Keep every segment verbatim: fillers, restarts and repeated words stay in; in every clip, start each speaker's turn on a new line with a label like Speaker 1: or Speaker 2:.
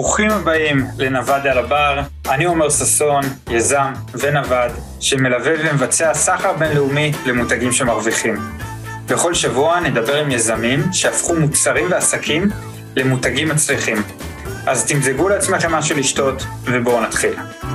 Speaker 1: ברוכים הבאים לנווד על הבר. אני עומר ששון, יזם ונווד, שמלווה ומבצע סחר בינלאומי למותגים שמרוויחים. בכל שבוע נדבר עם יזמים שהפכו מוצרים ועסקים למותגים מצליחים. אז תמזגו לעצמכם משהו לשתות ובואו נתחיל.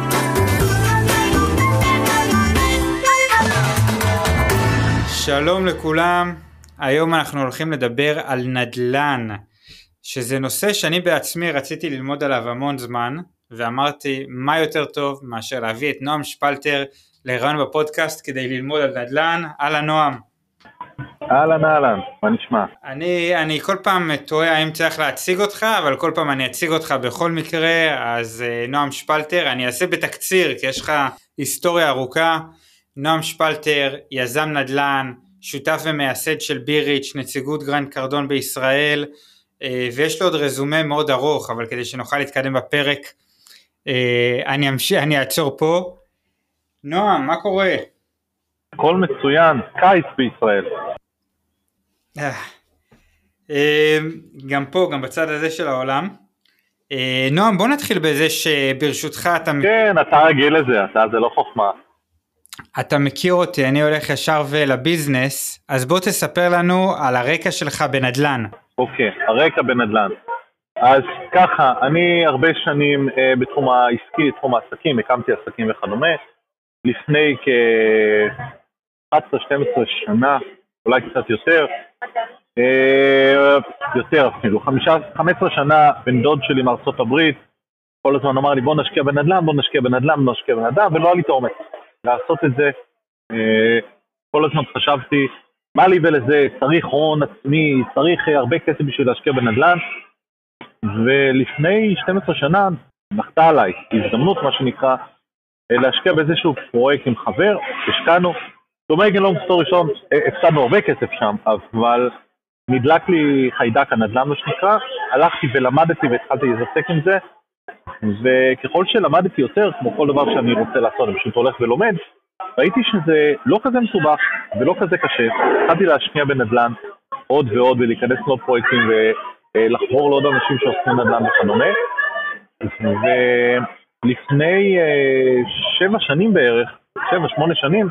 Speaker 1: שלום לכולם, היום אנחנו הולכים לדבר על נדל"ן, שזה נושא שאני בעצמי רציתי ללמוד עליו המון זמן, ואמרתי מה יותר טוב מאשר להביא את נועם שפלטר להירעיון בפודקאסט כדי ללמוד על נדל"ן. אהלן נועם.
Speaker 2: אהלן אהלן, מה נשמע?
Speaker 1: אני, אני כל פעם תוהה האם צריך להציג אותך, אבל כל פעם אני אציג אותך בכל מקרה. אז נועם שפלטר, אני אעשה בתקציר כי יש לך היסטוריה ארוכה. נועם שפלטר, יזם נדל"ן, שותף ומייסד של ביריץ', נציגות גרנד קרדון בישראל, ויש לו עוד רזומה מאוד ארוך, אבל כדי שנוכל להתקדם בפרק, אני אמשיך, אני אעצור פה. נועם, מה קורה?
Speaker 2: הכל מצוין, קיץ בישראל.
Speaker 1: גם פה, גם בצד הזה של העולם. נועם, בוא נתחיל בזה שברשותך אתה...
Speaker 2: כן, אתה רגיל לזה, אתה, זה לא חוכמה.
Speaker 1: אתה מכיר אותי, אני הולך ישר ולביזנס, אז בוא תספר לנו על הרקע שלך בנדל"ן.
Speaker 2: אוקיי, הרקע בנדל"ן. אז ככה, אני הרבה שנים אה, בתחום העסקי, בתחום העסקים, הקמתי עסקים וכדומה, לפני כ-אחת עשרה שתים עשרה שנה, אולי קצת יותר, אה, יותר אפילו, חמש עשרה שנה בן דוד שלי מארצות הברית, כל הזמן אמר לי בוא נשקיע בנדל"ן, בוא נשקיע בנדל"ן, בוא נשקיע בנדל"ן, ולא היה לי תאומץ לעשות את זה. אה, כל הזמן חשבתי, מה לי ולזה, צריך הון עצמי, צריך הרבה כסף בשביל להשקיע בנדל"ן, ולפני שתים עשרה שנה נחתה עליי הזדמנות, מה שנקרא, להשקיע באיזשהו פרויקט עם חבר, השקענו, דומייגן לונג סטורי ראשון, הפסדנו הרבה כסף שם, אבל נדלק לי חיידק הנדל"ן, מה שנקרא, הלכתי ולמדתי והתחלתי להתעסק עם זה, וככל שלמדתי יותר, כמו כל דבר שאני רוצה לעשות, אני פשוט הולך ולומד, ראיתי שזה לא כזה מסובך ולא כזה קשה. התחלתי להשקיע בנדל"ן עוד ועוד ולהיכנס לעוד פרויקטים ולחבור לעוד אנשים שעושים נדל"ן וכדומה. ולפני שבע שנים בערך, שבע, שמונה שנים,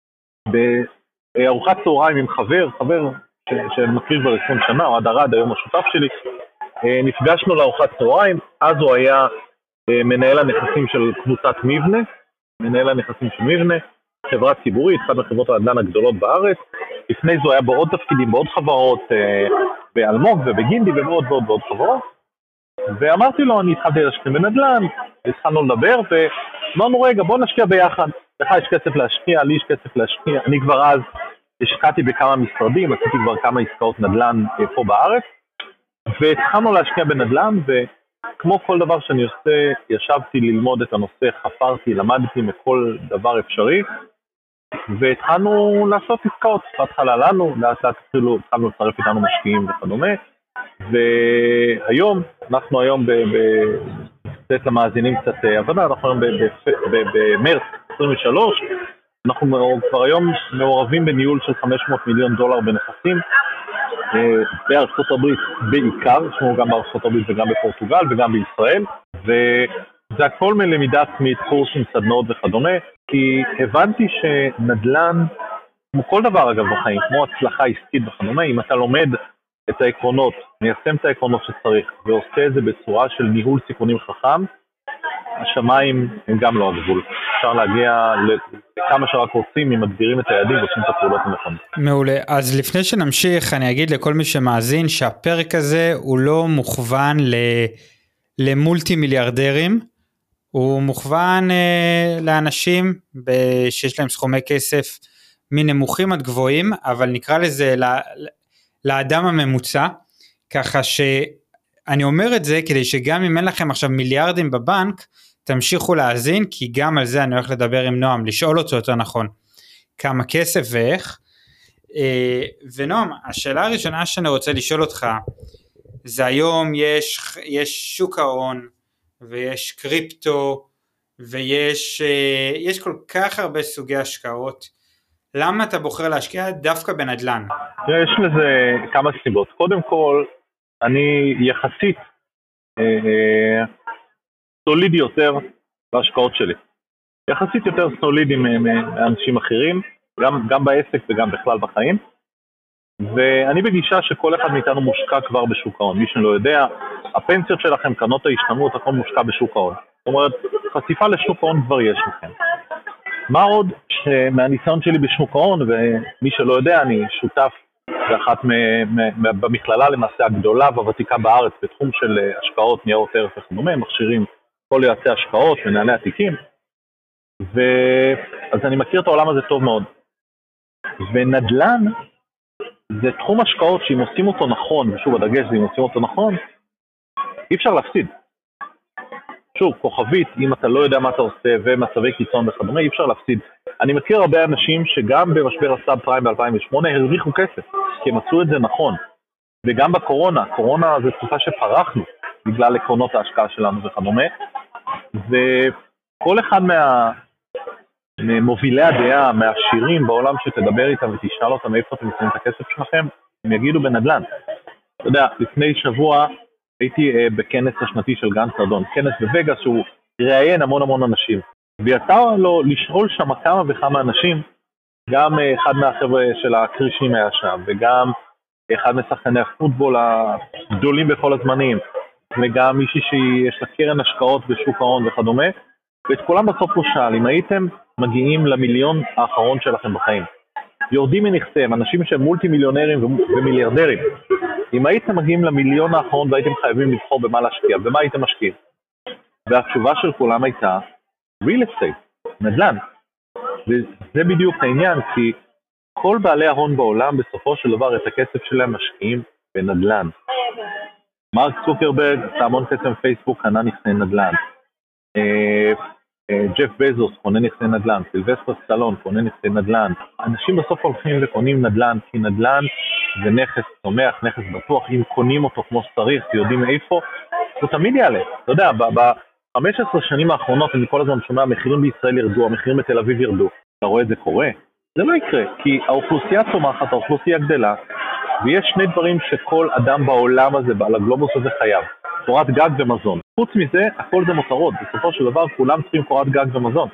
Speaker 2: בארוחת צהריים עם חבר, חבר שמכיר כבר עשרים שנה, הוא עד הרד, היום השותף שלי, נפגשנו לארוחת צהריים. אז הוא היה מנהל הנכסים של קבוצת מבנה, מנהל הנכסים של מבנה, חברה ציבורית, אחת מחברות הנדל"ן הגדולות בארץ. לפני זו היה בעוד תפקידים, בעוד חברות, באלמוג ובגינדי ובעוד ועוד ועוד חברות. ואמרתי לו, אני התחלתי להשקיע בנדל"ן, התחלנו לדבר, ואמרנו רגע, בוא נשקיע ביחד. לך יש כסף להשקיע, לי יש כסף להשקיע. אני כבר אז השקעתי בכמה משרדים, עשיתי כבר כמה עסקאות נדל"ן פה בארץ, והתחלנו להשקיע בנדל"ן, וכמו כל דבר שאני עושה, ישבתי ללמוד את הנושא, חפרתי, למדתי מכל דבר אפשרי, והתחלנו לעשות עסקאות. בהתחלה לנו, לאט לאט התחלנו, התחלנו לצרף איתנו משקיעים וכדומה, והיום, אנחנו היום לתת למאזינים קצת עבודה, אנחנו היום במרץ עשרים ושלוש, אנחנו כבר היום מעורבים בניהול של חמש מאות מיליון דולר בנכסים, בארצות הברית בעיקר, יש לנו גם בארצות הברית וגם בפורטוגל וגם בישראל, וזה הכל מלמידה עצמית, קורסים, סדנאות וכדומה, כי הבנתי שנדל"ן, כמו כל דבר אגב בחיים, כמו הצלחה עסקית וכדומה, אם אתה לומד את העקרונות, מיישם את העקרונות שצריך, ועושה את זה בצורה של ניהול סיכונים חכם, השמיים הם גם לא הגבול. אפשר להגיע לכמה שרק רוצים, אם מגדירים את היעדים ועושים את הפעולות הנכונות.
Speaker 1: מעולה. אז לפני שנמשיך, אני אגיד לכל מי שמאזין שהפרק הזה הוא לא מוכוון ל... למולטי מיליארדרים, הוא מוכוון אה, לאנשים ב... שיש להם סכומי כסף מנמוכים עד גבוהים, אבל נקרא לזה ל... לאדם הממוצע, ככה שאני אומר את זה כדי שגם אם אין לכם עכשיו מיליארדים בבנק, תמשיכו להאזין, כי גם על זה אני הולך לדבר עם נועם, לשאול אותו יותר נכון, כמה כסף ואיך. ונועם, השאלה הראשונה שאני רוצה לשאול אותך, זה היום יש, יש שוק ההון, ויש קריפטו, ויש יש כל כך הרבה סוגי השקעות, למה אתה בוחר להשקיע דווקא בנדל"ן?
Speaker 2: יש לזה כמה סיבות. קודם כל, אני יחסית, סולידי יותר בהשקעות שלי. יחסית יותר סולידי מאנשים אחרים, גם, גם בעסק וגם בכלל בחיים. ואני בגישה שכל אחד מאיתנו מושקע כבר בשוק ההון. מי שלא יודע, הפנסיות שלכם, קרנות ההשתלמות, הכל מושקע בשוק ההון. זאת אומרת, חשיפה לשוק ההון כבר יש לכם. מה עוד שמהניסיון שלי בשוק ההון, ומי שלא יודע, אני שותף באחת במכללה למעשה הגדולה והוותיקה בארץ בתחום של השקעות, ניירות ערך וכדומה, מכשירים כל יועצי השקעות, מנהלי התיקים, ואז אני מכיר את העולם הזה טוב מאוד. ונדל"ן זה תחום השקעות שאם עושים אותו נכון, ושוב הדגש זה אם עושים אותו נכון, אי אפשר להפסיד. שוב, כוכבית, אם אתה לא יודע מה אתה עושה ומצבי קיצון וכדומה, אי אפשר להפסיד. אני מכיר הרבה אנשים שגם במשבר הסאב פריים ב-אלפיים ושמונה הרוויחו כסף, כי הם עשו את זה נכון. וגם בקורונה, קורונה זו תקופה שפרחנו בגלל עקרונות ההשקעה שלנו וכדומה. וכל אחד מה... ממובילי הדעה, מהשירים בעולם שתדבר איתם ותשאל אותם איפה אתם שמים את הכסף שלכם, הם יגידו בנדל"ן. אתה יודע, לפני שבוע הייתי uh, בכנס השנתי של גן סרדון, כנס בווגאס שהוא ראיין המון המון אנשים. ויצא לו לשאול שם כמה וכמה אנשים, גם uh, אחד מהחבר'ה של הקרישים היה שם, וגם אחד משחקני הפוטבול הגדולים בכל הזמנים, וגם מישהי שיש לה קרן השקעות בשוק ההון וכדומה, ואת כולם בסוף הוא שאל, אם הייתם מגיעים למיליון האחרון שלכם בחיים, יורדים מנכסיהם, אנשים שהם מולטי מיליונרים ומיליארדרים, אם הייתם מגיעים למיליון האחרון והייתם חייבים לבחור במה להשקיע, במה הייתם משקיעים? והתשובה של כולם הייתה, real estate, נדל"ן. וזה בדיוק העניין, כי כל בעלי ההון בעולם בסופו של דבר את הכסף שלהם משקיעים בנדל"ן. מרק צוקרברג, המון כסף פייסבוק, קנה נכסי נדל"ן. ג'ף בזוס קונה נכסי נדל"ן, סילבסטר סטלון קונה נכסי נדל"ן. אנשים בסוף הולכים וקונים נדל"ן, כי נדל"ן זה נכס צומח, נכס בטוח, אם קונים אותו כמו שצריך, יודעים איפה, הוא תמיד יעלה. אתה יודע, ב-חמש עשרה שנים האחרונות, אני כל הזמן שומע, המחירים בישראל ירדו, המחירים בתל אביב ירדו. אתה רואה את זה קורה? זה לא יקרה, כי האוכלוסייה צומחת, האוכלוסייה גדלה, ויש שני דברים שכל אדם בעולם הזה, על הגלובוס הזה חייב. קורת גג ומזון. חוץ מזה, הכל זה מותרות. בסופו של דבר, כולם צריכים קורת גג ומזון.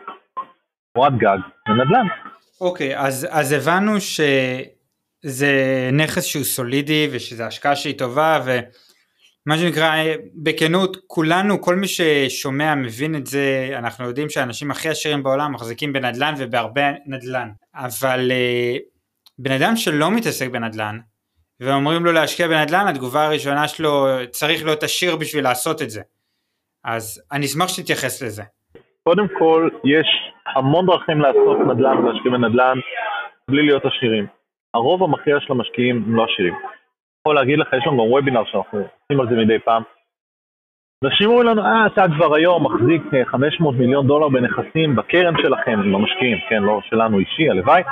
Speaker 2: קורת גג ונדל"ן.
Speaker 1: אוקיי, אז, אז הבנו שזה נכס שהוא סולידי, ושזה השקעה שהיא טובה, ומה שנקרא, בכנות, כולנו, כל מי ששומע מבין את זה, אנחנו יודעים שהאנשים הכי עשירים בעולם מחזיקים בנדל"ן ובהרבה נדל"ן. אבל בן אדם שלא מתעסק בנדל"ן, ואומרים לו להשקיע בנדל"ן, התגובה הראשונה שלו צריך להיות עשיר בשביל לעשות את זה. אז אני אשמח שתתייחס לזה.
Speaker 2: קודם כל, יש המון דרכים לעשות נדל"ן ולהשקיע בנדל"ן בלי להיות עשירים. הרוב המכריע של המשקיעים הם לא עשירים. אני יכול להגיד לך, יש לנו גם וובינר שאנחנו עושים על זה מדי פעם. אנשים אומרים לנו, אה, אתה כבר היום מחזיק חמש מאות מיליון דולר בנכסים בקרן שלכם, עם המשקיעים, כן, לא שלנו אישי, הלוואי.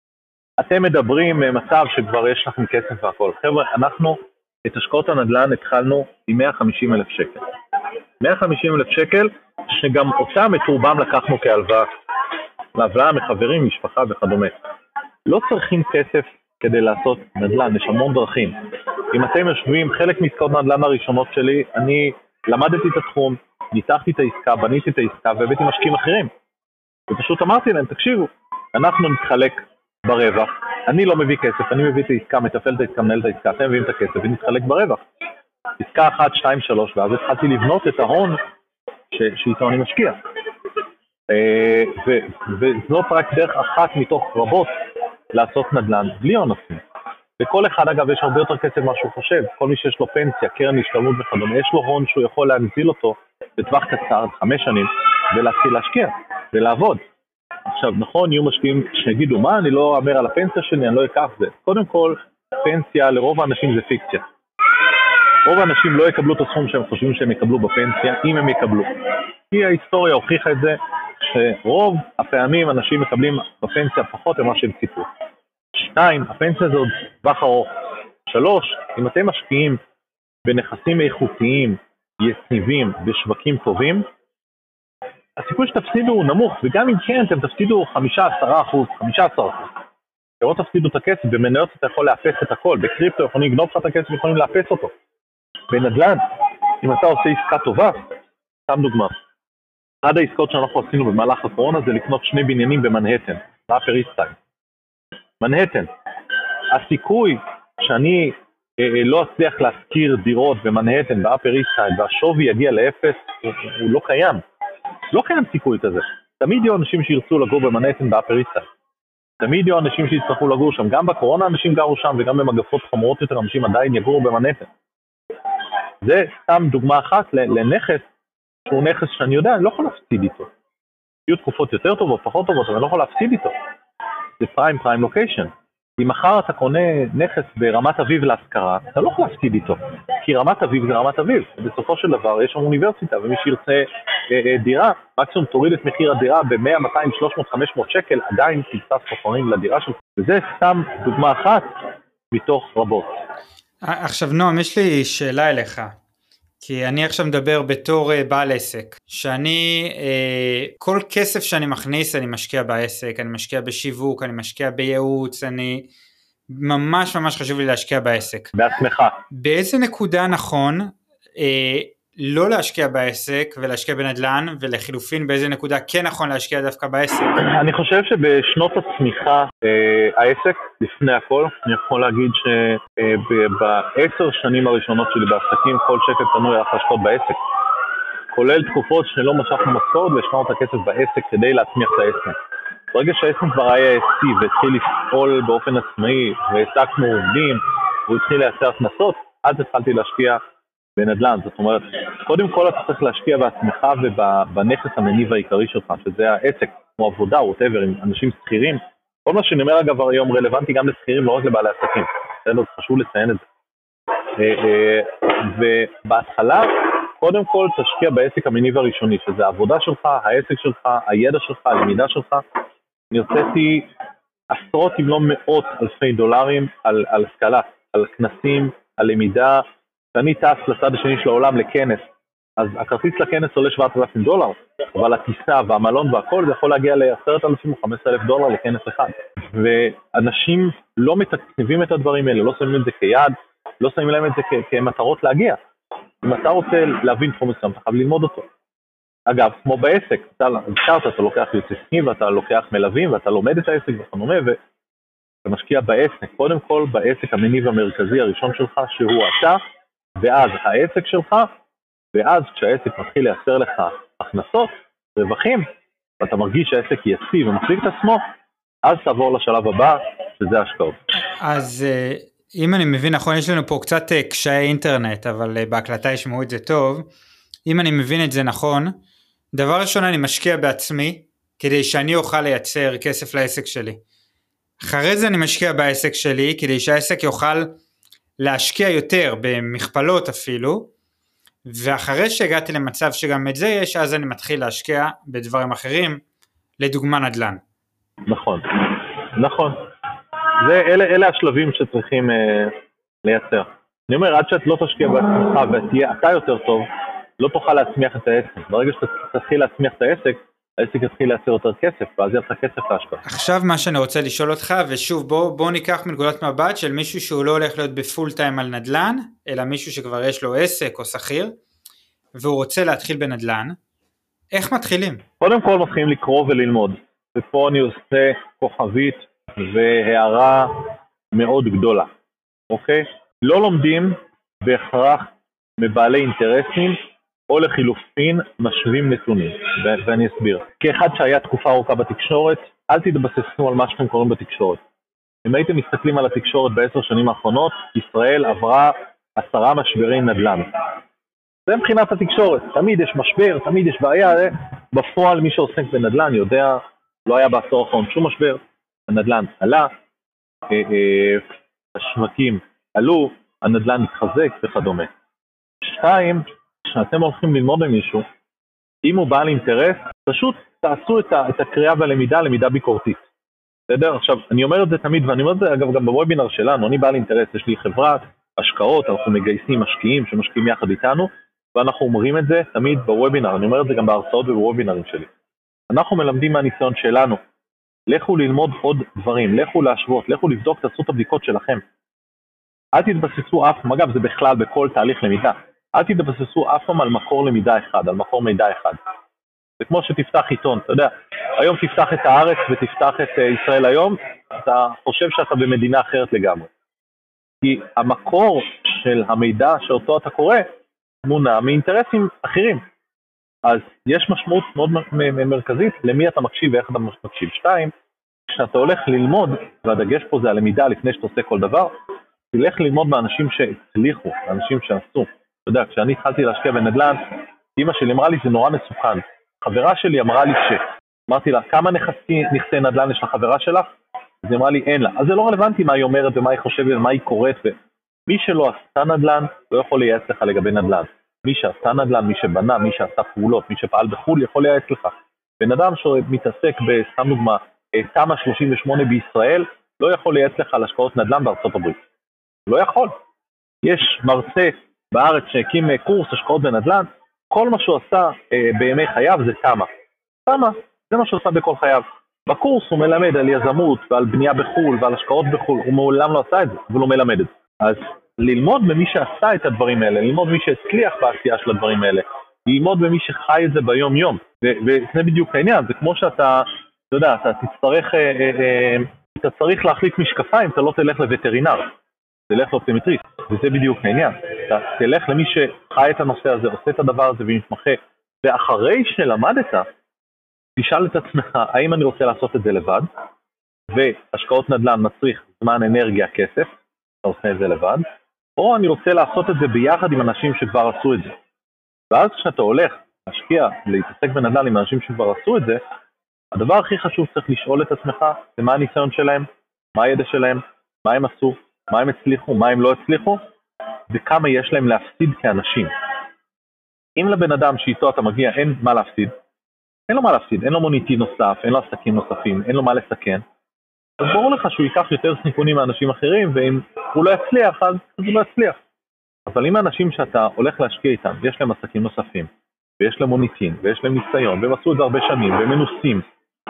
Speaker 2: אתם מדברים מצב שכבר יש לכם כסף והכל. חבר'ה, אנחנו את השקעות הנדל"ן התחלנו עם מאה וחמישים אלף שקל. מאה וחמישים אלף שקל שגם אותם את רובם לקחנו כהלוואה. להלוואה מחברים, משפחה וכדומה. לא צריכים כסף כדי לעשות נדל"ן, יש המון דרכים. אם אתם יושבים, חלק מעסקאות נדל"ן הראשונות שלי, אני למדתי את התחום, ניתחתי את העסקה, בניתי את העסקה והבאתי משקיעים אחרים. ופשוט אמרתי להם, תקשיבו, אנחנו נתחלק ברווח, אני לא מביא כסף, אני מביא את העסקה, מטפל את העסקה, מנהל את העסקה, אתם מביאים את הכסף ונתחלק ברווח. עסקה אחת, שתיים, שלוש, ואז התחלתי לבנות את ההון שאיתו אני משקיע. וזאת רק דרך אחת מתוך רבות לעשות נדל"ן בלי הון עצמי. וכל אחד אגב יש הרבה יותר כסף מה שהוא חושב, כל מי שיש לו פנסיה, קרן השתלמות וכדומה, יש לו הון שהוא יכול להנזיל אותו בטווח קצר, חמש שנים, ולהתחיל להשקיע ולעבוד. עכשיו, נכון, יהיו משקיעים שיגידו, מה, אני לא אומר על הפנסיה שלי, אני לא אקח זה. קודם כל, פנסיה לרוב האנשים זה פיקציה. רוב האנשים לא יקבלו את הסכום שהם חושבים שהם יקבלו בפנסיה, אם הם יקבלו. כי ההיסטוריה הוכיחה את זה, שרוב הפעמים אנשים מקבלים בפנסיה פחות ממה שהם ציפו. שתיים, הפנסיה זה עוד טווח ארוך. שלוש, אם אתם משקיעים בנכסים איכותיים, יציבים, בשווקים טובים, הסיכוי שתפסידו הוא נמוך, וגם אם כן, אתם תפסידו חמישה עד עשרה אחוז, חמישה עד עשרה אחוז. אתם לא תפסידו את הכסף, במניות אתה יכול לאפס את הכל, בקריפטו יכולים לגנוב לך את הכסף, יכולים לאפס אותו. בנדל"ן, אם אתה עושה עסקה טובה, סתם דוגמה. אחד העסקאות שאנחנו עשינו במהלך הקורונה זה לקנות שני בניינים במנהטן, באפר איסט סייד. מנהטן. הסיכוי שאני אה, לא אצליח להשכיר דירות במנהטן, באפר איסט סייד, והשווי יגיע לאפס, הוא, הוא לא קיים. לא קיים סיכוי כזה. תמיד יהיו אנשים שירצו לגור במנהטן, באפר איסט סייד. תמיד יהיו אנשים שיצטרכו לגור שם. גם בקורונה אנשים גרו שם, וגם במגפות חמורות יותר אנשים עדיין יגורו במנהטן. זה סתם דוגמה אחת לנכס, שהוא נכס שאני יודע, אני לא יכול להפסיד איתו. יהיו תקופות יותר טובות, פחות טובות, אבל אני לא יכול להפסיד איתו. זה פריים פריים לוקיישן. אם מחר אתה קונה נכס ברמת אביב להשכרה, אתה לא יכול להפסיד איתו. כי רמת אביב זה רמת אביב. בסופו של דבר יש שם אוניברסיטה, ומי שירצה אה, אה, דירה, מקסימום תוריד את מחיר הדירה ב-מאה, מאתיים, שלוש מאות, חמש מאות שקל, עדיין תמצא ספרים לדירה שלך. וזה סתם דוגמה אחת מתוך רבות.
Speaker 1: עכשיו נועם, יש לי שאלה אליך. כי אני עכשיו מדבר בתור בעל עסק, שאני, כל כסף שאני מכניס אני משקיע בעסק, אני משקיע בשיווק, אני משקיע בייעוץ, אני ממש ממש חשוב לי להשקיע בעסק.
Speaker 2: בעצמך.
Speaker 1: באיזה נקודה נכון לא להשקיע בעסק ולהשקיע בנדל"ן, ולחילופין באיזה נקודה כן נכון להשקיע דווקא בעסק?
Speaker 2: אני חושב שבשנות הצמיחה העסק, לפני הכל, אני יכול להגיד שבעשר שנים הראשונות שלי בעסקים, כל שקל פנוי היה השקעות בעסק. כולל תקופות שלא משכנו משכורת והשקענו את הכסף בעסק כדי להצמיח את העסק. ברגע שהעסק כבר היה עסקי והתחיל לפעול באופן עצמאי, והעסקנו עובדים, והוא התחיל לייצר הכנסות, אז התחלתי להשקיע בנדל"ן. זאת אומרת, קודם כל אתה צריך להשקיע בעצמך ובנכס המניב העיקרי שלך, שזה העסק, כמו עבודה, או whatever, עם אנשים שכירים. כל מה שאני אומר אגב היום רלוונטי גם לשכירים, לא רק לבעלי עסקים. זה חשוב לציין את זה. ובהתחלה, קודם כל תשקיע בעסק המניב הראשוני, שזה העבודה שלך, העסק שלך, הידע שלך, הלמידה שלך. אני הרציתי עשרות אם לא מאות אלפי דולרים על, על השכלה, על כנסים, על למידה. כשאני טס לצד השני של העולם לכנס, אז הכרטיס לכנס עולה שבעת אלפים דולר, אבל הטיסה והמלון והכל זה יכול להגיע ל-עשרת אלפים או חמשת אלפים דולר לכנס אחד. ואנשים לא מתקצבים את הדברים האלה, לא שמים את זה כיעד, לא שמים להם את זה כ- כמטרות להגיע. אם אתה רוצה להבין תחום מסוים, אתה חייב ללמוד אותו. אגב, כמו בעסק, אתה, אתה, אתה לוקח יוצאים ואתה לוקח מלווים ואתה לומד את העסק וכדומה, ואתה משקיע בעסק. קודם כל בעסק המניב המרכזי הראשון שלך, שהוא אתה, ואז העסק שלך, ואז כשהעסק מתחיל לייצר לך הכנסות, רווחים, ואתה מרגיש שהעסק יציב ומחזיק את עצמו, אז תעבור לשלב הבא, שזה השקעות.
Speaker 1: אז אם אני מבין נכון, יש לנו פה קצת קשיי אינטרנט, אבל בהקלטה ישמעו את זה טוב. אם אני מבין את זה נכון, דבר ראשון אני משקיע בעצמי, כדי שאני אוכל לייצר כסף לעסק שלי. אחרי זה אני משקיע בעסק שלי, כדי שהעסק יוכל להשקיע יותר, במכפלות אפילו, ואחרי שהגעתי למצב שגם את זה יש, אז אני מתחיל להשקיע בדברים אחרים, לדוגמה נדל"ן.
Speaker 2: נכון, נכון. זה, אלה, אלה השלבים שצריכים אה, לייצר. אני אומר, עד שאת לא תשקיע בעצמך ותהיה אתה יותר טוב, לא תוכל להצמיח את העסק. ברגע שתתחיל להצמיח את העסק, העסק יתחיל לייצר יותר כסף, ואז יהיה לך כסף להשקעה.
Speaker 1: עכשיו מה שאני רוצה לשאול אותך, ושוב בוא, בוא ניקח מנקודת מבט של מישהו שהוא לא הולך להיות בפול טיים על נדל"ן, אלא מישהו שכבר יש לו עסק או שכיר, והוא רוצה להתחיל בנדל"ן, איך מתחילים?
Speaker 2: קודם כל מתחילים לקרוא וללמוד, ופה אני עושה כוכבית והערה מאוד גדולה, אוקיי? לא לומדים בהכרח מבעלי אינטרסים, או לחילופין משווים נתונים, ו- ואני אסביר. כאחד שהיה תקופה ארוכה בתקשורת, אל תתבססו על מה שאתם קוראים בתקשורת. אם הייתם מסתכלים על התקשורת בעשר שנים האחרונות, ישראל עברה עשרה משברי נדל"ן. זה מבחינת התקשורת, תמיד יש משבר, תמיד יש בעיה, בפועל מי שעוסק בנדל"ן יודע, לא היה בעשור האחרון שום משבר, הנדל"ן עלה, השווקים עלו, הנדל"ן מתחזק וכדומה. שתיים, כשאתם הולכים ללמוד עם מישהו, אם הוא בעל אינטרס, פשוט תעשו את, ה, את הקריאה והלמידה, למידה ביקורתית. בסדר? עכשיו, אני אומר את זה תמיד, ואני אומר את זה אגב גם בוובינר שלנו, אני בעל אינטרס, יש לי חברת השקעות, אנחנו מגייסים משקיעים שמשקיעים יחד איתנו, ואנחנו אומרים את זה תמיד בוובינר, אני אומר את זה גם בהרצאות ובוובינרים שלי. אנחנו מלמדים מהניסיון שלנו, לכו ללמוד עוד דברים, לכו להשוות, לכו לבדוק, תעשו את הבדיקות שלכם. אל תתבססו אף, אגב זה בכלל בכל תהליך למידה, אל תתבססו אף פעם על מקור למידה אחד, על מקור מידע אחד. זה כמו שתפתח עיתון, אתה יודע, היום תפתח את הארץ ותפתח את ישראל היום, אתה חושב שאתה במדינה אחרת לגמרי. כי המקור של המידע שאותו אתה קורא, מונע מאינטרסים אחרים. אז יש משמעות מאוד מרכזית למי אתה מקשיב ואיך אתה מקשיב. שתיים, כשאתה הולך ללמוד, והדגש פה זה הלמידה לפני שאתה עושה כל דבר, תלך ללמוד מאנשים שהצליחו, מאנשים שעשו. אתה יודע, כשאני התחלתי להשקיע בנדל"ן, אמא שלי אמרה לי, זה נורא מסוכן. חברה שלי אמרה לי ש... אמרתי לה, כמה נכסי, נכסי נדל"ן יש לחברה שלך? אז היא אמרה לי, אין לה. אז זה לא רלוונטי מה היא אומרת ומה היא חושבת ומה היא קוראת. ומי שלא עשתה נדל"ן, לא יכול לייעץ לך לגבי נדל"ן. מי שעשה נדל"ן, מי שבנה, מי שעשה פעולות, מי שפעל בחו"ל, יכול לייעץ לך. בן אדם שמתעסק בסתם דוגמה, תמ"א שלושים ושמונה בישראל, לא יכול לייעץ לך על השקעות נדל"ן בארצות הברית. לא יכול. יש מרצה בארץ שהקים קורס השקעות בנדל"ן, כל מה שהוא עשה אה, בימי חייו זה תמ"א. תמ"א, זה מה שהוא עשה בכל חייו. בקורס הוא מלמד על יזמות ועל בנייה בחו"ל ועל השקעות בחו"ל, הוא מעולם לא עשה את זה, אבל הוא מלמד את זה. אז ללמוד ממי שעשה את הדברים האלה, ללמוד ממי שהצליח בעשייה של הדברים האלה, ללמוד ממי שחי את זה ביום יום, וזה בדיוק העניין, זה כמו שאתה, אתה יודע, אתה תצטרך, אה, אה, אה, אתה צריך להחליף משקפיים, אתה לא תלך לווטרינר. תלך לאופטומטריסט, וזה בדיוק העניין. אתה תלך למי שחי את הנושא הזה, עושה את הדבר הזה ומתמחה, ואחרי שלמדת, תשאל את עצמך, האם אני רוצה לעשות את זה לבד, והשקעות נדל"ן מצריך זמן, אנרגיה, כסף, אתה עושה את זה לבד, או אני רוצה לעשות את זה ביחד עם אנשים שכבר עשו את זה. ואז כשאתה הולך להשקיע, להתעסק בנדל"ן עם אנשים שכבר עשו את זה, הדבר הכי חשוב צריך לשאול את עצמך, זה מה הניסיון שלהם, מה הידע שלהם, מה הם עשו, מה הם הצליחו, מה הם לא הצליחו, וכמה יש להם להפסיד כאנשים. אם לבן אדם שאיתו אתה מגיע אין מה להפסיד, אין לו מה להפסיד, אין לו מוניטין נוסף, אין לו עסקים נוספים, אין לו מה לסכן, אז ברור לך שהוא ייקח יותר סיכונים מאנשים אחרים, ואם הוא לא יצליח, אז הוא לא יצליח. אבל אם האנשים שאתה הולך להשקיע איתם, יש להם עסקים נוספים, ויש להם מוניטין, ויש להם ניסיון, והם עשו את זה הרבה שנים, והם מנוסים,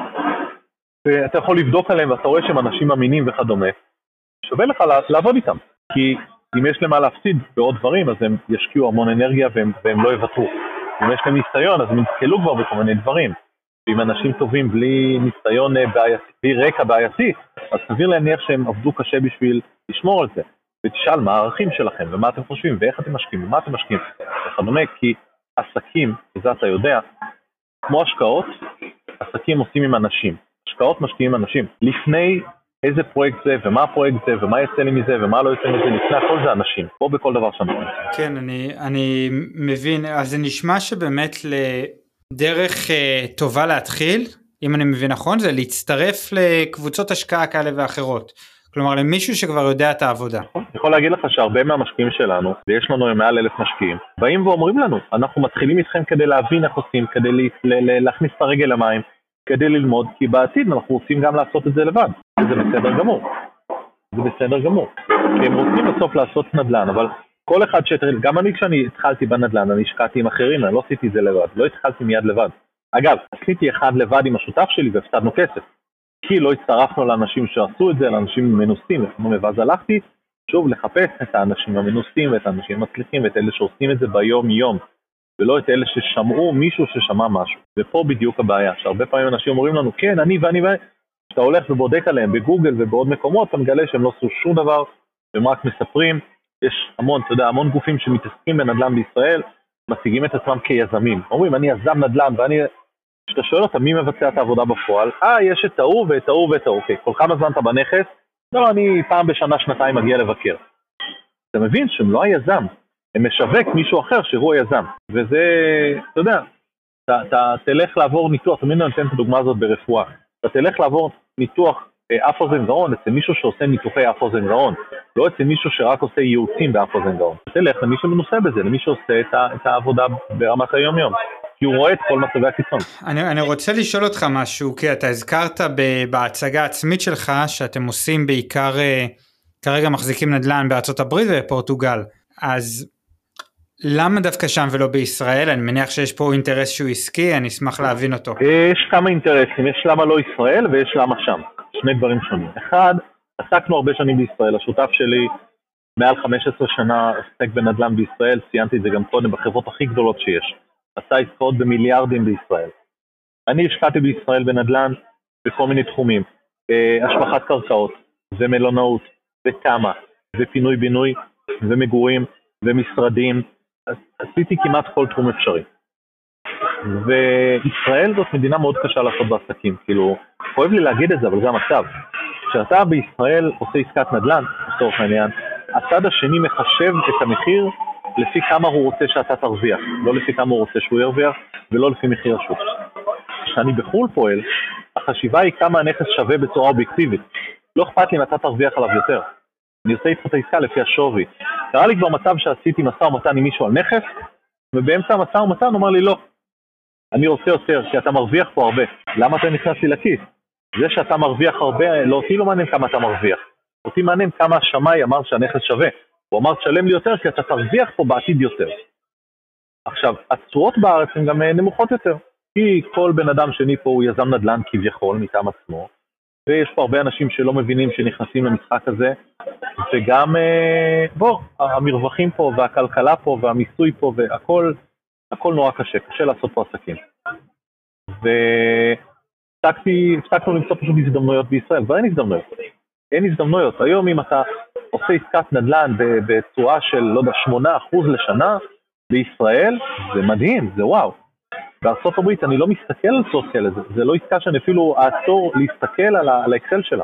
Speaker 2: ואתה יכול לבדוק עליהם, ואתה רואה שהם אנשים אמינים וכדומה, שווה לך לעבוד איתם, כי אם יש להם מה להפסיד בעוד דברים, אז הם ישקיעו המון אנרגיה והם, והם לא יוותרו. אם יש להם ניסיון, אז הם יתקלו כבר בכל מיני דברים. ואם אנשים טובים בלי ניסיון בעייתי, בלי רקע בעייתי, אז סביר להניח שהם עבדו קשה בשביל לשמור על זה. ותשאל מה הערכים שלכם, ומה אתם חושבים, ואיך אתם משקיעים, ומה אתם משקיעים. וכדומה, כי עסקים, וזה אתה יודע, כמו השקעות, עסקים עושים עם אנשים. השקעות משקיעים עם אנשים. לפני איזה פרויקט זה, ומה הפרויקט זה, ומה יצא לי מזה, ומה לא יצא מזה, לפני הכל זה אנשים, פה בכל דבר שם.
Speaker 1: כן, אני, אני מבין, אז זה נשמע שבאמת לדרך uh, טובה להתחיל, אם אני מבין נכון, זה להצטרף לקבוצות השקעה כאלה ואחרות, כלומר למישהו שכבר יודע את העבודה.
Speaker 2: אני יכול להגיד לך שהרבה מהמשקיעים שלנו, ויש לנו מעל אלף משקיעים, באים ואומרים לנו, אנחנו מתחילים איתכם כדי להבין איך עושים, כדי להכניס את הרגל למים, כדי ללמוד, כי בעתיד אנחנו רוצים גם לעשות את זה לבד. זה בסדר גמור. זה בסדר גמור. כי הם רוצים בסוף לעשות נדל"ן, אבל כל אחד שתראה, גם אני כשאני התחלתי בנדל"ן, אני השקעתי עם אחרים, אני לא עשיתי את זה לבד, לא התחלתי מיד לבד. אגב, עשיתי אחד לבד עם השותף שלי והפסדנו כסף. כי לא הצטרפנו לאנשים שעשו את זה, לאנשים מנוסים, ואז הלכתי שוב לחפש את האנשים המנוסים ואת האנשים המצליחים ואת אלה שעושים את זה ביום יום. ולא את אלה ששמעו מישהו ששמע משהו. ופה בדיוק הבעיה, שהרבה פעמים אנשים אומרים לנו, כן, אני ואני ואני, כשאתה הולך ובודק עליהם בגוגל ובעוד מקומות, אתה מגלה שהם לא עשו שום דבר, והם רק מספרים, יש המון, אתה יודע, המון גופים שמתעסקים בנדל"ן בישראל, מציגים את עצמם כיזמים. אומרים, אני יזם נדל"ן, ואני, כשאתה שואל אותם מי מבצע את העבודה בפועל, אה, יש את ההוא ואת ההוא ואת ההוא, אוקיי, כל כמה זמן אתה בנכס? לא, אני פעם בשנה, שנתיים מגיע לבקר. אתה מבין שהם לא היזם. הם משווק מישהו אחר שהוא היזם, וזה, אתה יודע, אתה, אתה תלך לעבור ניתוח, תמיד אני נותן את הדוגמה הזאת ברפואה, אתה תלך לעבור ניתוח אף אוזן גרון אצל מישהו שעושה ניתוחי אף אוזן גרון, לא אצל מישהו שרק עושה ייעוצים באף אוזן גרון, תלך למי שמנוסה בזה, למי שעושה את, ה, את העבודה ברמת היום יום, כי הוא רואה את כל מצבי הקיצון.
Speaker 1: אני, אני רוצה לשאול אותך משהו, כי אתה הזכרת בהצגה העצמית שלך, שאתם עושים בעיקר, כרגע מחזיקים נדל"ן בארצות הברית ובפורטוגל, אז למה דווקא שם ולא בישראל? אני מניח שיש פה אינטרס שהוא עסקי, אני אשמח להבין אותו.
Speaker 2: יש כמה אינטרסים, יש למה לא ישראל ויש למה שם. שני דברים שונים. אחד, עסקנו הרבה שנים בישראל, השותף שלי מעל חמש עשרה שנה עוסק בנדל"ן בישראל, ציינתי את זה גם קודם, בחברות הכי גדולות שיש. עשה עסקאות במיליארדים בישראל. אני השקעתי בישראל בנדל"ן בכל מיני תחומים, השבחת קרקעות, ומלונאות, ותמה, ופינוי בינוי, ומגורים, ומשרדים. עשיתי כמעט כל תחום אפשרי. וישראל זאת מדינה מאוד קשה לעשות בעסקים, כאילו, כואב לי להגיד את זה, אבל זה המצב. כשאתה בישראל עושה עסקת נדל"ן, לצורך העניין, הצד השני מחשב את המחיר לפי כמה הוא רוצה שאתה תרוויח, לא לפי כמה הוא רוצה שהוא ירוויח, ולא לפי מחיר השוק. כשאני בחול פועל, החשיבה היא כמה הנכס שווה בצורה אובייקטיבית. לא אכפת לי אם אתה תרוויח עליו יותר. אני עושה איתך את העסקה לפי השווי. קרה לי כבר מצב שעשיתי מסע ומתן עם מישהו על נכס, ובאמצע המסע ומתן הוא אמר לי לא. אני רוצה יותר, כי אתה מרוויח פה הרבה. למה אתה נכנס לי לכיס? זה שאתה מרוויח הרבה, לא אותי לא מעניין כמה אתה מרוויח. אותי מעניין כמה השמאי אמר שהנכס שווה. הוא אמר תשלם לי יותר, כי אתה תרוויח פה בעתיד יותר. עכשיו, התשואות בארץ הן גם נמוכות יותר. כי כל בן אדם שני פה הוא יזם נדל"ן כביכול מטעם עצמו, ויש פה הרבה אנשים שלא מבינים שנכנסים למשחק הזה, וגם, בוא, המרווחים פה והכלכלה פה והמיסוי פה והכל, הכל נורא קשה, קשה לעשות פה עסקים. והפסקנו למצוא פשוט הזדמנויות בישראל, ואין הזדמנויות. אין הזדמנויות. היום אם אתה עושה עסקת נדל"ן בצורה של, לא יודע, שמונה אחוז לשנה בישראל, זה מדהים, זה וואו. בארצות הברית אני לא מסתכל על צורך כאלה, זה, זה לא עסקה שאני אפילו אעצור להסתכל על, ה, על האקסל שלה.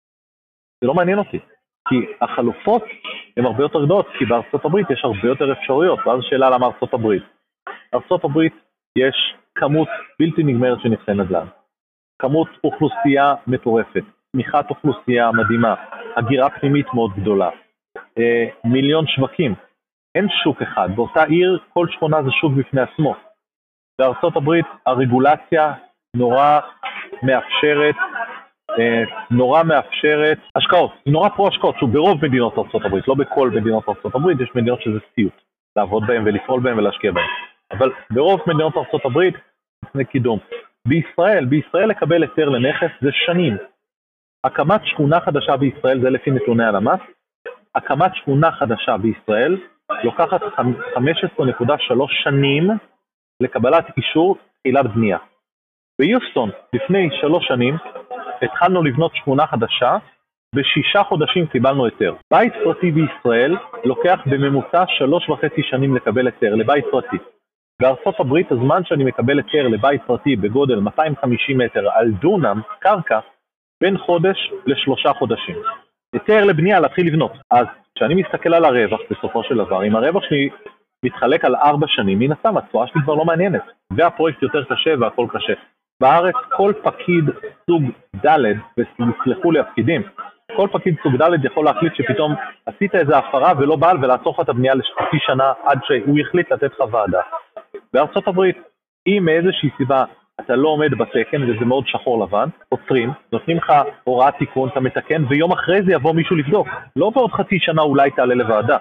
Speaker 2: זה לא מעניין אותי, כי החלופות הן הרבה יותר גדולות, כי בארצות הברית יש הרבה יותר אפשרויות, ואז שאלה למה ארצות הברית. בארצות הברית יש כמות בלתי נגמרת של נכסי נדל"ן, כמות אוכלוסייה מטורפת, תמיכת אוכלוסייה מדהימה, הגירה פנימית מאוד גדולה, אה, מיליון שווקים, אין שוק אחד, באותה עיר כל שכונה זה שוק בפני עצמו. בארצות הברית הרגולציה נורא מאפשרת, אה, נורא מאפשרת השקעות, היא נורא פרו השקעות, שהוא ברוב מדינות ארצות הברית, לא בכל מדינות ארצות הברית, יש מדינות שזה סיוט, לעבוד בהן ולפעול בהן ולהשקיע בהן, אבל ברוב מדינות ארצות הברית לפני קידום. בישראל, בישראל לקבל היתר לנכס זה שנים. הקמת שכונה חדשה בישראל, זה לפי נתוני הלמ"ס, הקמת שכונה חדשה בישראל לוקחת חמש עשרה נקודה שלוש שנים לקבלת אישור תחילת בנייה. ביוסטון, לפני שלוש שנים, התחלנו לבנות שכונה חדשה, בשישה חודשים קיבלנו היתר. בית פרטי בישראל לוקח בממוצע שלוש וחצי שנים לקבל היתר לבית פרטי. בארצות הברית הזמן שאני מקבל היתר לבית פרטי בגודל מאתיים וחמישים מטר על דונם קרקע, בין חודש לשלושה חודשים. היתר לבנייה להתחיל לבנות. אז כשאני מסתכל על הרווח בסופו של דבר, אם הרווח שלי מתחלק על ארבע שנים, מן הסתם התשואה שלי כבר לא מעניינת, והפרויקט יותר קשה והכל קשה. בארץ כל פקיד סוג ד' וסלחו לי הפקידים, כל פקיד סוג ד' יכול להחליט שפתאום עשית איזו הפרה ולא בעל ולעצור לך את הבנייה לחצי שנה עד שהוא יחליט לתת לך ועדה. בארצות הברית, אם מאיזושהי סיבה אתה לא עומד בתקן וזה מאוד שחור לבן, עוצרים, נותנים לך הוראת תיקון, אתה מתקן, ויום אחרי זה יבוא מישהו לבדוק. לא בעוד חצי שנה אולי תעלה לוועדה.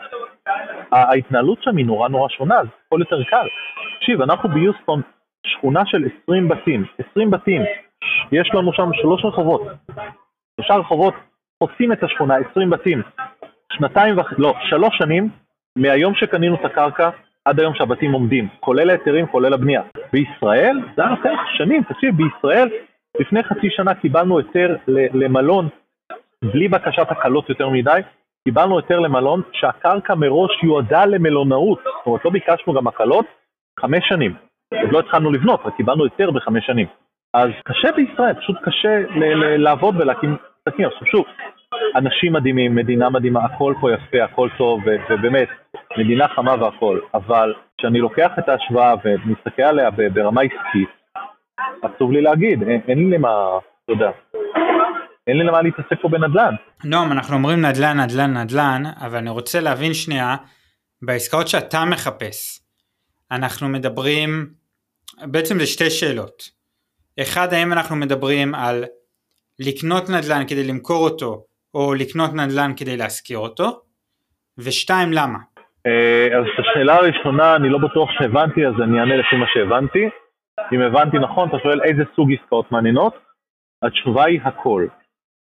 Speaker 2: ההתנהלות שם היא נורא נורא שונה, אז הכל יותר קל. תקשיב, אנחנו ביוסטון שכונה של עשרים בתים, עשרים בתים, יש לנו שם שלוש רחובות. שלושה רחובות עושים את השכונה, עשרים בתים. שנתיים וח... לא, שלוש שנים מהיום שקנינו את הקרקע עד היום שהבתים עומדים, כולל היתרים, כולל הבנייה. בישראל, זה היה נותן שנים, תקשיב, בישראל לפני חצי שנה קיבלנו היתר למלון, בלי בקשת הקלות יותר מדי, קיבלנו היתר למלון שהקרקע מראש יועדה למלונאות, זאת אומרת לא ביקשנו גם הקלות, חמש שנים. עוד לא התחלנו לבנות, רק קיבלנו היתר בחמש שנים. אז קשה בישראל, פשוט קשה ל- ל- לעבוד ולהקים עסקים. עכשיו שוב, אנשים מדהימים, מדינה מדהימה, הכל פה יפה, הכל טוב, ו- ובאמת, מדינה חמה והכל. אבל כשאני לוקח את ההשוואה ומסתכל עליה ברמה עסקית, עצוב לי להגיד, אין, אין לי למה, אתה יודע, אין לי למה להתעסק פה בנדל"ן.
Speaker 1: נועם, אנחנו אומרים נדל"ן, נדל"ן, נדל"ן, אבל אני רוצה להבין שנייה, בעסקאות שאתה מחפש, אנחנו מדברים, בעצם זה שתי שאלות. אחד, האם אנחנו מדברים על לקנות נדל"ן כדי למכור אותו, או לקנות נדל"ן כדי להשכיר אותו, ושתיים, למה?
Speaker 2: אז את השאלה הראשונה אני לא בטוח שהבנתי, אז אני אענה לפי מה שהבנתי. אם הבנתי נכון, אתה שואל איזה סוג עסקאות מעניינות? התשובה היא הכל.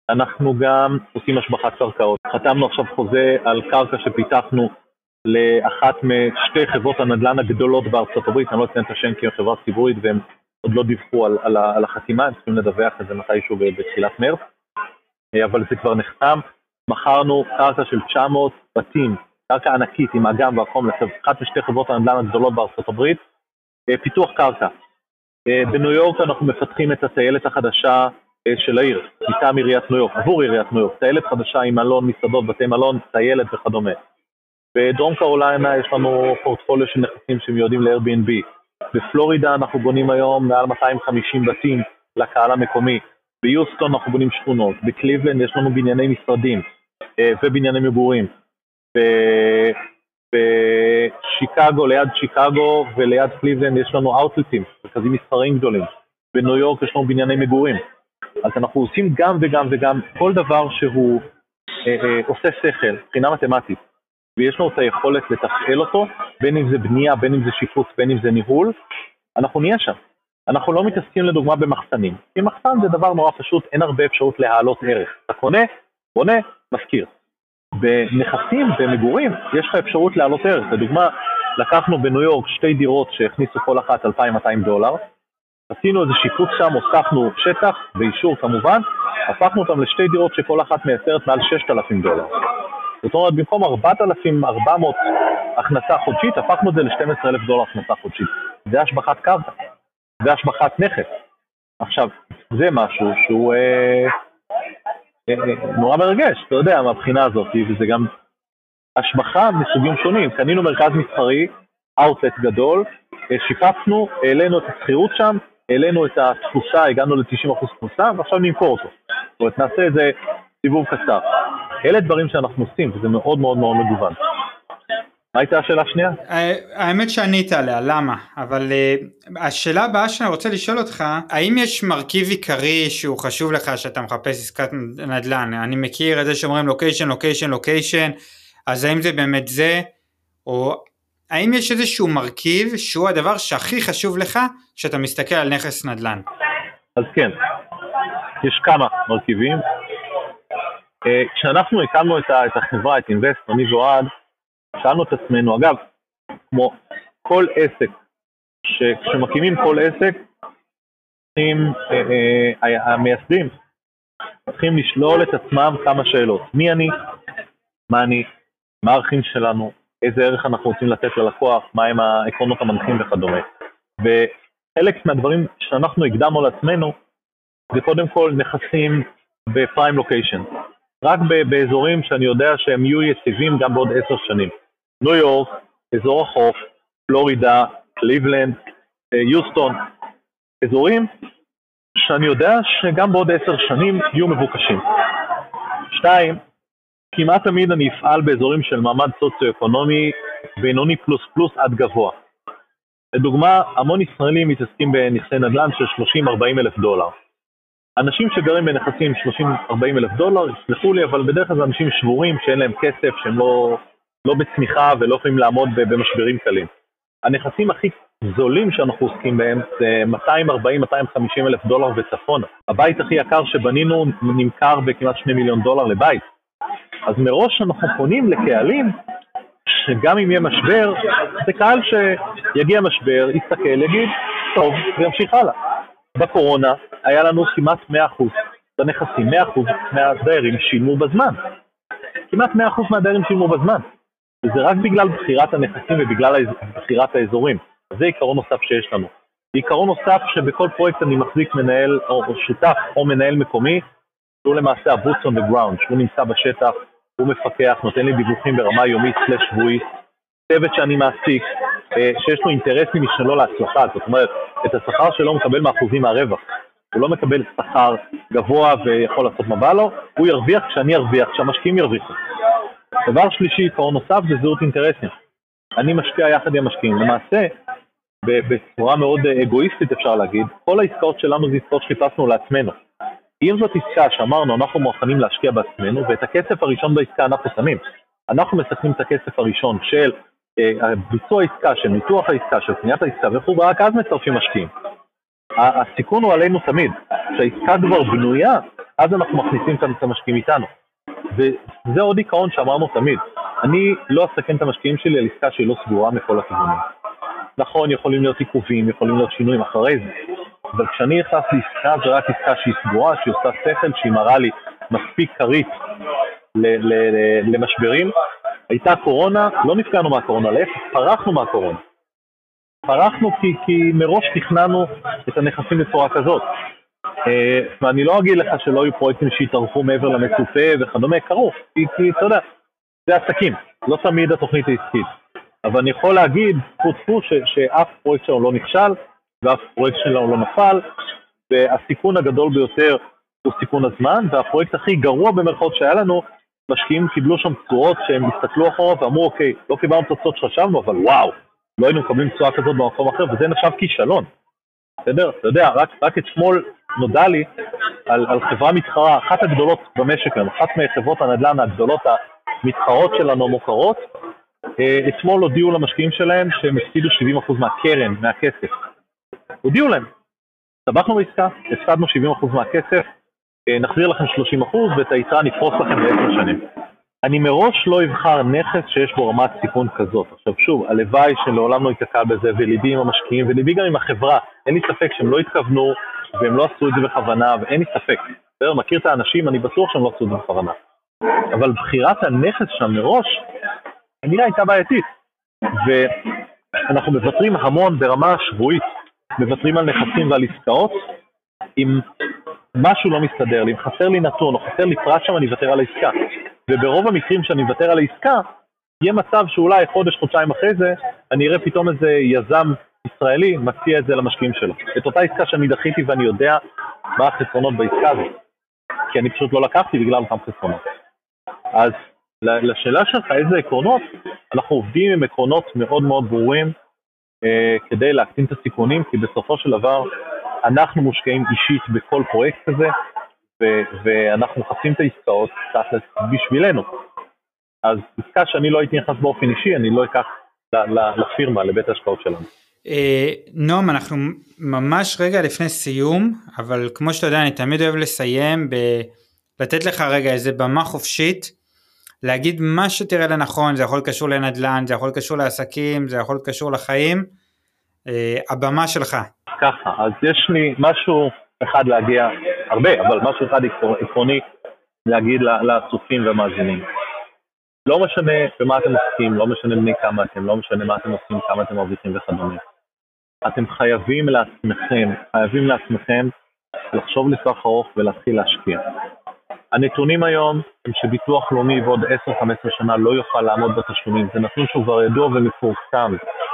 Speaker 2: אנחנו גם עושים השבחת קרקעות. חתמנו עכשיו חוזה על קרקע שפיתחנו לאחת משתי חברות הנדל"ן הגדולות בארצות הברית, אני לא אציין את השם כי היא חברה ציבורית והם עוד לא דיווחו על, על, על החתימה, הם צריכים לדווח את זה מתישהו בתחילת מרץ, אבל זה כבר נחתם. מכרנו קרקע של תשע מאות בתים, קרקע ענקית עם אגם והחום לאחת משתי חברות הנדל"ן הגדולות בארצות הברית, פיתוח קרקע. בניו יורק אנחנו מפתחים את הטיילת החדשה של העיר, מטעם עיריית ניו יורק, עבור עיריית ניו יורק, טיילת חדשה עם מלון, מסעדות, בתי מלון, טיילת וכדומה. בדרום קרוליינה יש לנו פורטפוליו של נכסים שמיועדים ל-Airbnb. בפלורידה אנחנו בונים היום מעל מאתיים וחמישים בתים לקהל המקומי. ביוסטון אנחנו בונים שכונות. בקליבלנד יש לנו בנייני משרדים ובנייני מגורים. בשיקגו, ליד שיקגו וליד קליבלנד יש לנו אאוטלטים, מרכזים מסחריים גדולים. בניו יורק יש לנו בנייני מגורים. אז אנחנו עושים גם וגם וגם כל דבר שהוא אה, אה, עושה שכל, מבחינה מתמטית. ויש לנו את היכולת לתפעל אותו, בין אם זה בנייה, בין אם זה שיפוץ, בין אם זה ניהול, אנחנו נהיה שם. אנחנו לא מתעסקים לדוגמה במחסנים. כי מחסן זה דבר נורא פשוט, אין הרבה אפשרות להעלות ערך. אתה קונה, בונה, מזכיר. בנכסים, במגורים, יש לך אפשרות להעלות ערך. לדוגמה, לקחנו בניו יורק שתי דירות שהכניסו כל אחת אלפיים ומאתיים דולר, עשינו איזה שיפוץ שם, הוספנו שטח, באישור כמובן, הפכנו אותם לשתי דירות שכל אחת מייצרת מעל שישת אלפים דולר. זאת אומרת, במקום ארבעת אלפים וארבע מאות הכנסה חודשית, הפכנו את זה ל-שנים עשר אלף דולר הכנסה חודשית. זה השבחת קרקע, זה השבחת נכס. עכשיו, זה משהו שהוא אה, אה, אה, נורא מרגש, אתה יודע, מהבחינה הזאת, וזה גם השבחה מסוגים שונים. קנינו מרכז מסחרי, אאוטלט גדול, שיפצנו, העלינו את הסחירות שם, העלינו את התפוסה, הגענו ל-תשעים אחוז תפוסה, ועכשיו נמכור אותו. זאת אומרת, נעשה איזה סיבוב קצר. אלה דברים שאנחנו עושים, וזה מאוד מאוד מאוד מגוון. מה הייתה השאלה השנייה?
Speaker 1: האמת שענית עליה, למה? אבל השאלה הבאה שאני רוצה לשאול אותך, האם יש מרכיב עיקרי שהוא חשוב לך שאתה מחפש עסקת נדל"ן? אני מכיר את זה שאומרים לוקיישן, לוקיישן, לוקיישן, אז האם זה באמת זה? או האם יש איזשהו מרכיב שהוא הדבר שהכי חשוב לך שאתה מסתכל על נכס נדל"ן?
Speaker 2: אז כן, יש כמה מרכיבים. כשאנחנו הקמנו את החברה, את אינבסט, אני ואוהד, שאלנו את עצמנו, אגב, כמו כל עסק, כשמקימים כל עסק, המייסדים צריכים לשלול את עצמם כמה שאלות. מי אני? מה אני? מה הערכים שלנו? איזה ערך אנחנו רוצים לתת ללקוח? מה הם העקרונות המנחים וכדומה? וחלק מהדברים שאנחנו הקדמנו לעצמנו, זה קודם כל נכסים בפריים לוקיישן. רק באזורים שאני יודע שהם יהיו יציבים גם בעוד עשר שנים. ניו יורק, אזור החוף, פלורידה, קליבלנד, יוסטון, אזורים שאני יודע שגם בעוד עשר שנים יהיו מבוקשים. שתיים, כמעט תמיד אני אפעל באזורים של מעמד סוציו-אקונומי בינוני פלוס פלוס עד גבוה. לדוגמה, המון ישראלים מתעסקים בנכסי נדל"ן של שלושים עד ארבעים אלף דולר. אנשים שגרים בנכסים שלושים עד ארבעים אלף דולר, יסלחו לי, אבל בדרך כלל זה אנשים שבורים שאין להם כסף, שהם לא, לא בצמיחה ולא יכולים לעמוד במשברים קלים. הנכסים הכי זולים שאנחנו עוסקים בהם זה מאתיים וארבעים עד מאתיים וחמישים אלף דולר וצפונה. הבית הכי יקר שבנינו נמכר בכמעט שני מיליון דולר לבית. אז מראש אנחנו פונים לקהלים שגם אם יהיה משבר, זה קהל שיגיע משבר, יסתכל, יגיד, טוב, וימשיך הלאה. בקורונה היה לנו כמעט מאה אחוז בנכסים, מאה אחוז מהדיירים שילמו בזמן. כמעט מאה אחוז מהדיירים שילמו בזמן. וזה רק בגלל בחירת הנכסים ובגלל בחירת האזורים. זה עיקרון נוסף שיש לנו. עיקרון נוסף שבכל פרויקט אני מחזיק מנהל או שותף או מנהל מקומי, שהוא למעשה ה-boots on the ground, שהוא נמצא בשטח, הוא מפקח, נותן לי דיווחים ברמה יומית סלש שבועית, צוות שאני מעסיק, שיש לו אינטרסים משלו להצלחה, זאת אומרת, את השכר שלו מקבל מאחוזים מהרווח. הוא לא מקבל שכר גבוה ויכול לעשות מה בא לו, הוא ירוויח כשאני ארוויח, כשהמשקיעים ירוויחו. דבר שלישי, עיקרון נוסף, זה זהות אינטרסים. אני משקיע יחד עם המשקיעים. למעשה, בצורה מאוד אגואיסטית אפשר להגיד, כל העסקאות שלנו זה עסקאות שחיפשנו לעצמנו. אם זאת עסקה שאמרנו, אנחנו מוכנים להשקיע בעצמנו, ואת הכסף הראשון בעסקה אנחנו שמים. אנחנו מסכמים את הכסף הראשון של אה, ביצוע העסקה, של ניתוח העסקה, של קניית העסקה, וכו', ורק אז מצרפים משקיעים. הסיכון הוא עלינו תמיד. כשהעסקה כבר בנויה, אז אנחנו מכניסים את המשקיעים איתנו. וזה עוד עיקרון שאמרנו תמיד. אני לא אסכן את המשקיעים שלי על עסקה שהיא לא סגורה מכל הכיוונים. נכון, יכולים להיות עיכובים, יכולים להיות שינויים אחרי זה. אבל כשאני נכנס לעסקה, זה רק עסקה שהיא סגורה, שהיא עושה שכל, שהיא מראה לי מספיק קרית למשברים. הייתה קורונה, לא נפגענו מהקורונה, להפך, פרחנו מהקורונה. פרחנו כי, כי מראש תכננו את הנכסים בצורה כזאת. ואני לא אגיד לך שלא היו פרויקטים שהתארחו מעבר למצופה וכדומה, קרו, כי, כי אתה יודע, זה עסקים, לא תמיד התוכנית העסקית. אבל אני יכול להגיד, תפו שאף פרויקט שלנו לא נכשל, ואף פרויקט שלנו לא נפל, והסיכון הגדול ביותר הוא סיכון הזמן, והפרויקט הכי גרוע במרכאות שהיה לנו, משקיעים קיבלו שם תשואות שהם הסתכלו אחורה ואמרו, אוקיי, לא קיבלנו תוצאות שחשבנו, אבל וואו, לא היינו מקבלים תשואה כזאת במקום אחר, וזה נחשב כישלון. בסדר? אתה יודע, רק, רק אתמול נודע לי על, על חברה מתחרה, אחת הגדולות במשק, אחת מחברות הנדל"ן הגדולות המתחרות שלנו מוכרות, אתמול הודיעו למשקיעים שלהם שהם הפסידו שבעים אחוז מהקרן, מהכסף. הודיעו להם. סבכנו בעסקה, הפסדנו שבעים אחוז מהכסף, נחזיר לכם שלושים אחוז ואת היתרה נפרוס לכם בעשר שנים. אני מראש לא אבחר נכס שיש בו רמת סיכון כזאת. עכשיו שוב, הלוואי שלעולם לא יתקע בזה, וליבי עם המשקיעים, וליבי גם עם החברה. אין לי ספק שהם לא התכוונו, והם לא עשו את זה בכוונה, ואין לי ספק. בסדר, מכיר את האנשים, אני בטוח שהם לא עשו את זה בכוונה. אבל בחירת הנכס שם מראש, הנראה הייתה בעייתית. ואנחנו מבטרים המון ברמה שבועית, מבטרים על נכסים ועל עסקאות, אם משהו לא מסתדר לי, אם חסר לי נתון או חסר לי פרט שם, אני אוותר על העסקה. וברוב המקרים שאני אוותר על העסקה, יהיה מצב שאולי חודש, חודשיים אחרי זה, אני אראה פתאום איזה יזם ישראלי מציע את זה למשקיעים שלו. את אותה עסקה שאני דחיתי ואני יודע מה החסרונות בעסקה הזאת. כי אני פשוט לא לקחתי בגלל אותם חסרונות. אז לשאלה שלך איזה עקרונות, אנחנו עובדים עם עקרונות מאוד מאוד ברורים, אה, כדי להקטין את הסיכונים, כי בסופו של דבר אנחנו מושקעים אישית בכל פרויקט כזה, ו- ואנחנו מחפשים את העסקאות בשבילנו. אז עסקה שאני לא הייתי נכנס באופן אישי, אני לא אקח לפירמה, לבית ההשקעות שלנו.
Speaker 1: נועם, אנחנו ממש רגע לפני סיום, אבל כמו שאתה יודע, אני תמיד אוהב לסיים, לתת לך רגע איזה במה חופשית, להגיד מה שתראה לנכון, זה יכול קשור לנדל"ן, זה יכול קשור לעסקים, זה יכול קשור לחיים, הבמה שלך.
Speaker 2: ככה, אז יש לי משהו אחד להגיע, הרבה, אבל משהו אחד עקרוני להגיד לצופים ומאזינים. לא משנה במה אתם עוסקים, לא משנה בני כמה אתם, לא משנה מה אתם עושים, כמה אתם מרוויחים וכדומה. אתם חייבים לעצמכם, חייבים לעצמכם לחשוב לטווח ארוך ולהתחיל להשקיע. הנתונים היום הם שביטוח לאומי בעוד עשר חמש עשרה שנה לא יוכל לעמוד בתשלומים. זה נתון שהוא כבר ידוע ומפורסם.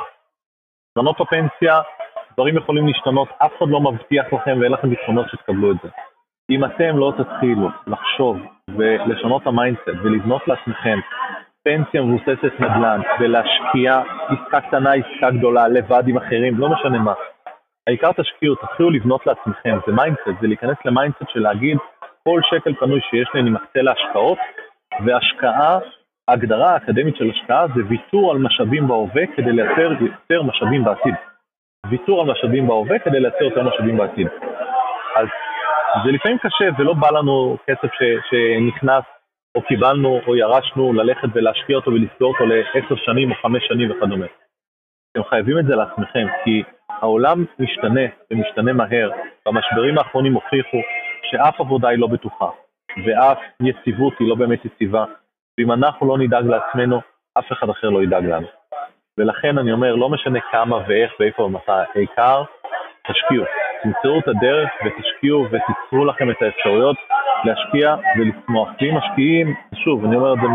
Speaker 2: קרנות הפנסיה, דברים יכולים להשתנות, אף אחד לא מבטיח לכם ואין לכם ביטחונות שתקבלו את זה. אם אתם לא תתחילו לחשוב ולשנות את המיינדסט ולבנות לעצמכם פנסיה מבוססת נדל"ן ולהשקיע עסקה קטנה, עסקה גדולה, לבד עם אחרים, לא משנה מה. העיקר תשקיעו, תתחילו לבנות לעצמכם, זה מיינדסט, זה להיכנס למיינדסט של להגיד כל שקל פנוי שיש לי אני מקצה להשקעות, והשקעה, ההגדרה האקדמית של השקעה זה ויתור על משאבים בהווה כדי לייצר יותר משאבים בעתיד. ויתור על משאבים בהווה כדי לייצר יותר משאבים בעתיד. אז זה לפעמים קשה ולא בא לנו כסף ש, שנכנס או קיבלנו או ירשנו ללכת ולהשקיע אותו ולסגור אותו לעשר שנים או חמש שנים וכדומה. אתם חייבים את זה לעצמכם כי העולם משתנה ומשתנה מהר. במשברים האחרונים הוכיחו שאף עבודה היא לא בטוחה ואף יציבות היא לא באמת יציבה. ואם אנחנו לא נדאג לעצמנו, אף אחד אחר לא ידאג לנו. ולכן אני אומר, לא משנה כמה ואיך ואיפה ומתי, העיקר, תשקיעו. תמצאו את הדרך ותשקיעו ותיצרו לכם את האפשרויות להשקיע ולצמוח. כי אם משקיעים, שוב, אני אומר את זה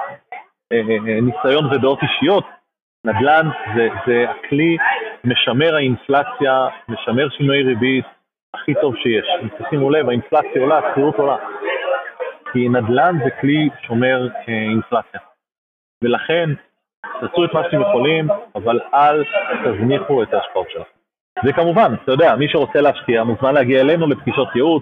Speaker 2: מניסיון ודעות אישיות, נדל"ן זה, זה הכלי משמר האינפלציה, משמר שינוי ריבית הכי טוב שיש. אם תשימו לב, האינפלציה עולה, השכירות עולה. כי נדל"ן זה כלי שומר אינפלציה. ולכן, תעשו את מה שאתם יכולים, אבל אל תזניחו את ההשקעות שלכם. וכמובן, אתה יודע, מי שרוצה להשקיע, מוזמן להגיע אלינו לפגישות ייעוץ.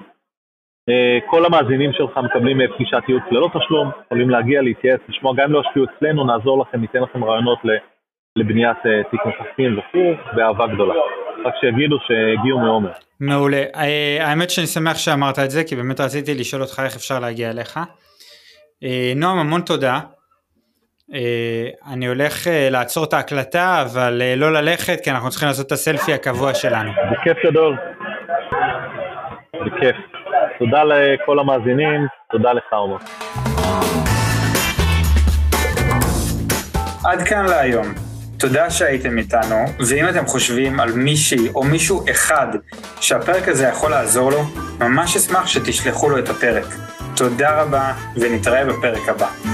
Speaker 2: כל המאזינים שלך מקבלים פגישת ייעוץ ללא תשלום, יכולים להגיע, להתייעץ, לשמוע, גם לא השקיעו אצלנו, נעזור לכם, ניתן לכם רעיונות לבניית תיק נכסים וכו', באהבה גדולה. רק שיגידו שהגיעו מעומר.
Speaker 1: מעולה. האמת שאני שמח שאמרת את זה, כי באמת רציתי לשאול אותך איך אפשר להגיע אליך. נועם, המון תודה. אני הולך לעצור את ההקלטה, אבל לא ללכת, כי אנחנו צריכים לעשות את הסלפי הקבוע שלנו.
Speaker 2: זה כיף גדול. זה כיף. תודה לכל המאזינים, תודה לך עומר.
Speaker 1: עד כאן להיום. תודה שהייתם איתנו, ואם אתם חושבים על מישהי או מישהו אחד שהפרק הזה יכול לעזור לו, ממש אשמח שתשלחו לו את הפרק. תודה רבה ונתראה בפרק הבא.